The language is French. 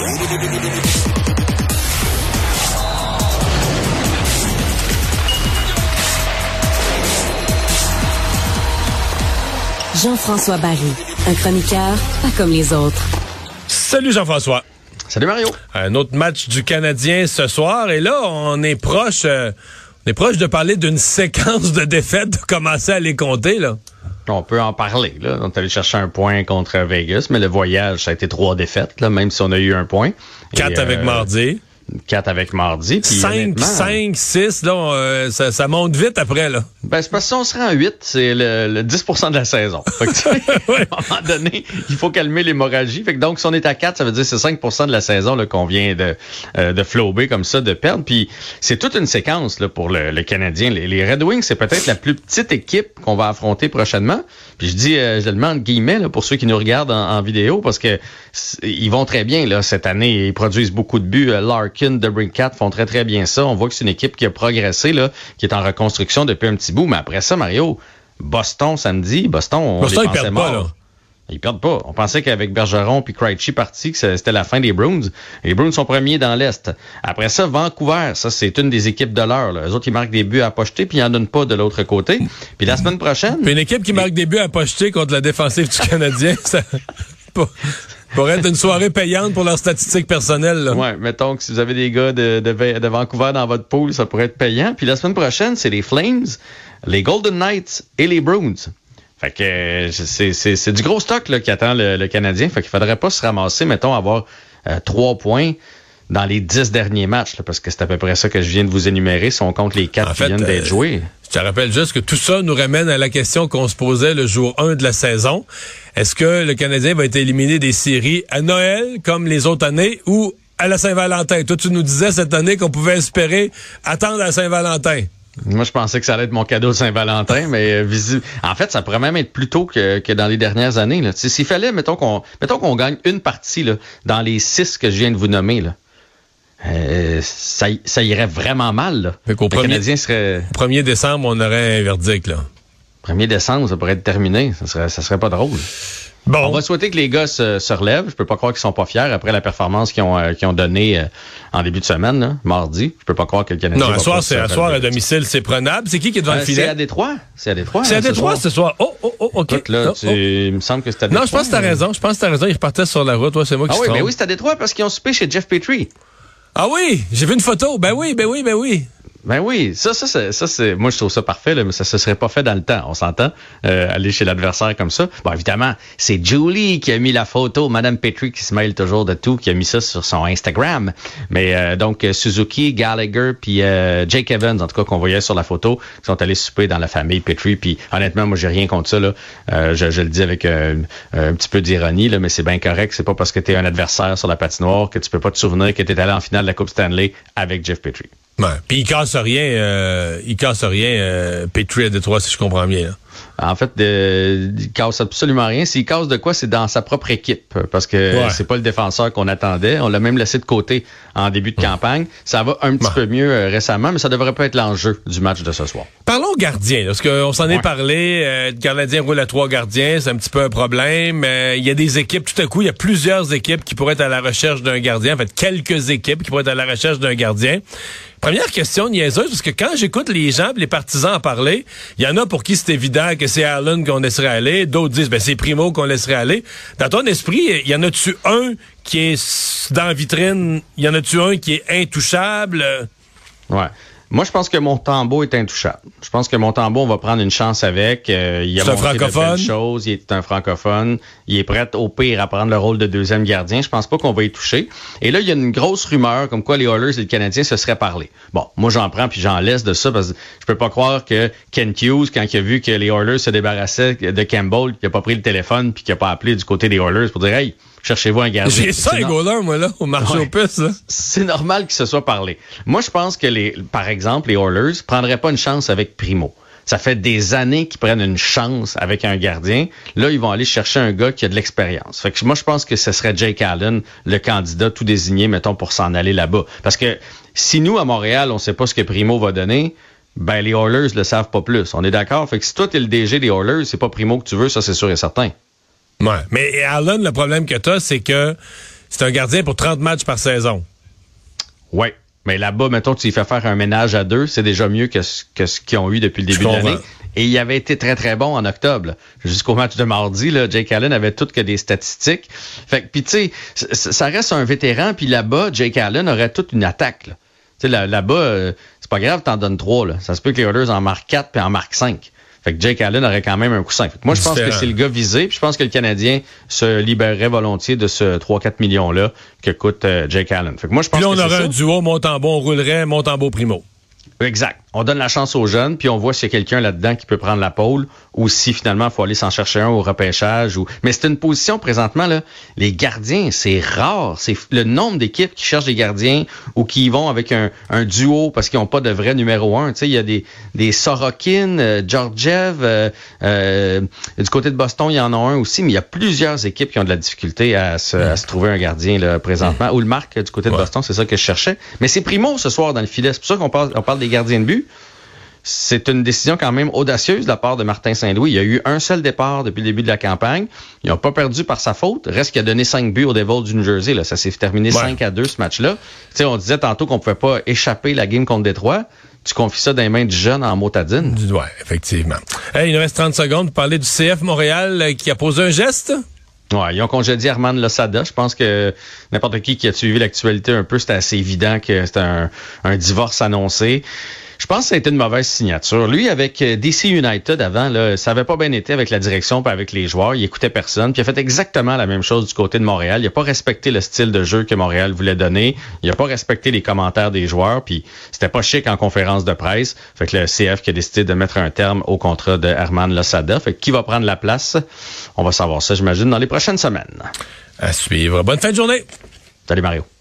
Jean-François Barry, un chroniqueur pas comme les autres. Salut Jean-François. Salut Mario. Un autre match du Canadien ce soir et là on est proche de parler d'une séquence de défaites, de commencer à les compter là. On peut en parler là. On est allé chercher un point contre Vegas, mais le voyage ça a été 3 défaites là, même si on a eu un point. 4 avec mardi. 4 avec mardi. Puis 5, 6, là, ça monte vite après, là. Ben, c'est parce que si on se rend à 8, c'est le 10% de la saison. Fait que, ouais. À un moment donné, il faut calmer l'hémorragie. Fait que donc, si on est à 4, ça veut dire que c'est 5% de la saison là, qu'on vient de flober comme ça, de perdre. Puis c'est toute une séquence là, pour le Canadien. Les Red Wings, c'est peut-être la plus petite équipe qu'on va affronter prochainement. Puis je le demande guillemets là, pour ceux qui nous regardent en vidéo, parce que ils vont très bien là cette année. Ils produisent beaucoup de buts. Larkin, DeBrincat font très très bien ça. On voit que c'est une équipe qui a progressé là, qui est en reconstruction depuis un petit bout. Mais après ça, Mario, Boston samedi, Boston ils perdent mort. pas là. Ils perdent pas. On pensait qu'avec Bergeron puis Krejci parti, que c'était la fin des Bruins. Les Bruins sont premiers dans l'Est. Après ça, Vancouver, ça c'est une des équipes de l'heure. Eux autres, ils marquent des buts à pocheter puis ils en donnent pas de l'autre côté. Puis la semaine prochaine... Puis une équipe qui marque des buts à pocheter contre la défensive du Canadien, ça pourrait être une soirée payante pour leurs statistiques personnelles. Là. Ouais, mettons que si vous avez des gars de Vancouver dans votre pool, ça pourrait être payant. Puis la semaine prochaine, c'est les Flames, les Golden Knights et les Bruins. Fait que c'est du gros stock là, qui attend le Canadien. Fait qu'il faudrait pas se ramasser, mettons, avoir 3 points dans les 10 derniers matchs, là, parce que c'est à peu près ça que je viens de vous énumérer si on compte les 4 qui viennent d'être joués. Je te rappelle juste que tout ça nous ramène à la question qu'on se posait le jour 1 de la saison. Est-ce que le Canadien va être éliminé des séries à Noël, comme les autres années, ou à la Saint-Valentin? Toi, tu nous disais cette année qu'on pouvait espérer attendre à Saint-Valentin. Moi, je pensais que ça allait être mon cadeau de Saint-Valentin, mais en fait, ça pourrait même être plus tôt que dans les dernières années. Là. S'il fallait, mettons qu'on gagne une partie là, dans les 6 que je viens de vous nommer, là. Ça irait vraiment mal. Là. Le Canadien serait... 1er décembre, on aurait un verdict. Là. 1er décembre, ça pourrait être terminé. Ça serait pas drôle. Bon. On va souhaiter que les gars se relèvent. Je peux pas croire qu'ils sont pas fiers après la performance qu'ils ont donnée en début de semaine, là, mardi. Je peux pas croire que le Canadien... Non, à soir à domicile, c'est prenable. C'est qui est devant le filet? C'est à Détroit. C'est à Détroit. C'est à Détroit ce soir. Oh, OK. Écoute, là, il me semble que c'est à Détroit. Non, je pense que t'as raison. Ils repartaient sur la route. Ouais, c'est moi qui se trompe. Ah oui, c'est à Détroit parce qu'ils ont soupé chez Jeff Petrie. Ah oui, j'ai vu une photo. Ben oui. Ben oui, ça c'est, moi je trouve ça parfait, là, mais ça se serait pas fait dans le temps, on s'entend, aller chez l'adversaire comme ça. Bon, évidemment, c'est Julie qui a mis la photo, Madame Petrie qui se mêle toujours de tout, qui a mis ça sur son Instagram. Mais donc Suzuki, Gallagher, puis Jake Evans, en tout cas qu'on voyait sur la photo, qui sont allés souper dans la famille Petrie. Puis honnêtement, moi j'ai rien contre ça là. Je le dis avec un petit peu d'ironie là, mais c'est bien correct. C'est pas parce que t'es un adversaire sur la patinoire que tu peux pas te souvenir que t'es allé en finale de la Coupe Stanley avec Jeff Petrie. Ouais. Puis il casse rien, Petrie à Détroit, si je comprends bien. Là. En fait, il casse absolument rien. S'il casse de quoi, c'est dans sa propre équipe. Parce que c'est pas le défenseur qu'on attendait. On l'a même laissé de côté en début de campagne. Ça va un petit peu mieux récemment, mais ça devrait pas être l'enjeu du match de ce soir. Parlons gardien, parce qu'on s'en est parlé. Le Canadien roule à 3 gardiens, c'est un petit peu un problème. Il y a des équipes, tout à coup, il y a plusieurs équipes qui pourraient être à la recherche d'un gardien. En fait, quelques équipes qui pourraient être à la recherche d'un gardien. Première question niaiseuse, parce que quand j'écoute les gens, les partisans en parler, il y en a pour qui c'est évident que c'est Allen qu'on laisserait aller, d'autres disent c'est Primo qu'on laisserait aller. Dans ton esprit, y en a-tu un qui est dans la vitrine, y en a-tu un qui est intouchable? Ouais. Moi, je pense que Montembeault est intouchable. Je pense que Montembeault, on va prendre une chance avec. Il a montré de belles choses. Il est un francophone. Il est prêt, au pire, à prendre le rôle de deuxième gardien. Je pense pas qu'on va y toucher. Et là, il y a une grosse rumeur comme quoi les Oilers et le Canadien se seraient parlé. Bon, moi, j'en prends puis j'en laisse de ça parce que je peux pas croire que Ken Hughes, quand il a vu que les Oilers se débarrassaient de Campbell, qu'il a pas pris le téléphone puis qu'il a pas appelé du côté des Oilers pour dire « Hey, cherchez-vous un gardien. » J'ai ça, un goaler, moi, là, au marché aux puces, là. C'est normal qu'il se soit parlé. Moi, je pense que par exemple, les Oilers prendraient pas une chance avec Primo. Ça fait des années qu'ils prennent une chance avec un gardien. Là, ils vont aller chercher un gars qui a de l'expérience. Fait que moi, je pense que ce serait Jake Allen, le candidat tout désigné, mettons, pour s'en aller là-bas. Parce que si nous, à Montréal, on sait pas ce que Primo va donner, ben les Oilers le savent pas plus. On est d'accord? Fait que si toi, t'es le DG des Oilers, c'est pas Primo que tu veux, ça, c'est sûr et certain. Ouais. Mais Allen, le problème que t'as, c'est que c'est un gardien pour 30 matchs par saison. Oui. Mais là-bas, mettons, tu lui fais faire un ménage à 2, c'est déjà mieux que ce qu'ils ont eu depuis le début de l'année. Et il avait été très, très bon en octobre. Jusqu'au match de mardi, là, Jake Allen avait toutes que des statistiques. Fait que, puis tu sais, ça reste un vétéran, puis là-bas, Jake Allen aurait toute une attaque. Là. Tu sais, là-bas, c'est pas grave, t'en donnes 3. Là. Ça se peut que les Oilers en marquent 4 puis en marquent 5. Fait que Jake Allen aurait quand même un coup 5. Moi, je pense que c'est le gars visé, puis je pense que le Canadien se libérerait volontiers de ce 3-4 millions-là que coûte Jake Allen. Fait que moi, je pense puis là, que on aurait un duo Montembeault, on roulerait Montembeault-Primo. Exact. On donne la chance aux jeunes, puis on voit s'il y a quelqu'un là-dedans qui peut prendre la pôle, ou si finalement il faut aller s'en chercher un au repêchage. Mais c'est une position présentement, là, les gardiens, c'est rare. C'est le nombre d'équipes qui cherchent des gardiens ou qui y vont avec un duo parce qu'ils n'ont pas de vrai numéro 1. Tu sais, il y a des Sorokin, Georgiev, du côté de Boston, il y en a un aussi, mais il y a plusieurs équipes qui ont de la difficulté à se trouver un gardien là, présentement. Ou le Marc du côté de Boston, c'est ça que je cherchais. Mais c'est Primo ce soir dans le filet. C'est pour ça qu'on parle des gardiens de but. C'est une décision quand même audacieuse de la part de Martin Saint-Louis. Il y a eu un seul départ depuis le début de la campagne. Ils n'ont pas perdu par sa faute. Reste qu'il a donné 5 buts aux Devils du New Jersey. Là. Ça s'est terminé 5-2 ce match-là. Tu sais, on disait tantôt qu'on pouvait pas échapper la game contre Détroit. Tu confies ça dans les mains du jeune en motadine. Ouais, effectivement. Hey, il nous reste 30 secondes pour parler du CF Montréal qui a posé un geste. Ouais, ils ont congédié Armand Losada. Je pense que n'importe qui a suivi l'actualité un peu, c'était assez évident que c'était un divorce annoncé. Je pense que ça a été une mauvaise signature. Lui, avec DC United avant, là, ça avait pas bien été avec la direction et avec les joueurs. Il écoutait personne. Puis il a fait exactement la même chose du côté de Montréal. Il a pas respecté le style de jeu que Montréal voulait donner. Il a pas respecté les commentaires des joueurs. Puis c'était pas chic en conférence de presse. Fait que le CF qui a décidé de mettre un terme au contrat de Armand Losada. Fait que qui va prendre la place? On va savoir ça, j'imagine, dans les prochaines semaines. À suivre. Bonne fin de journée. Salut Mario.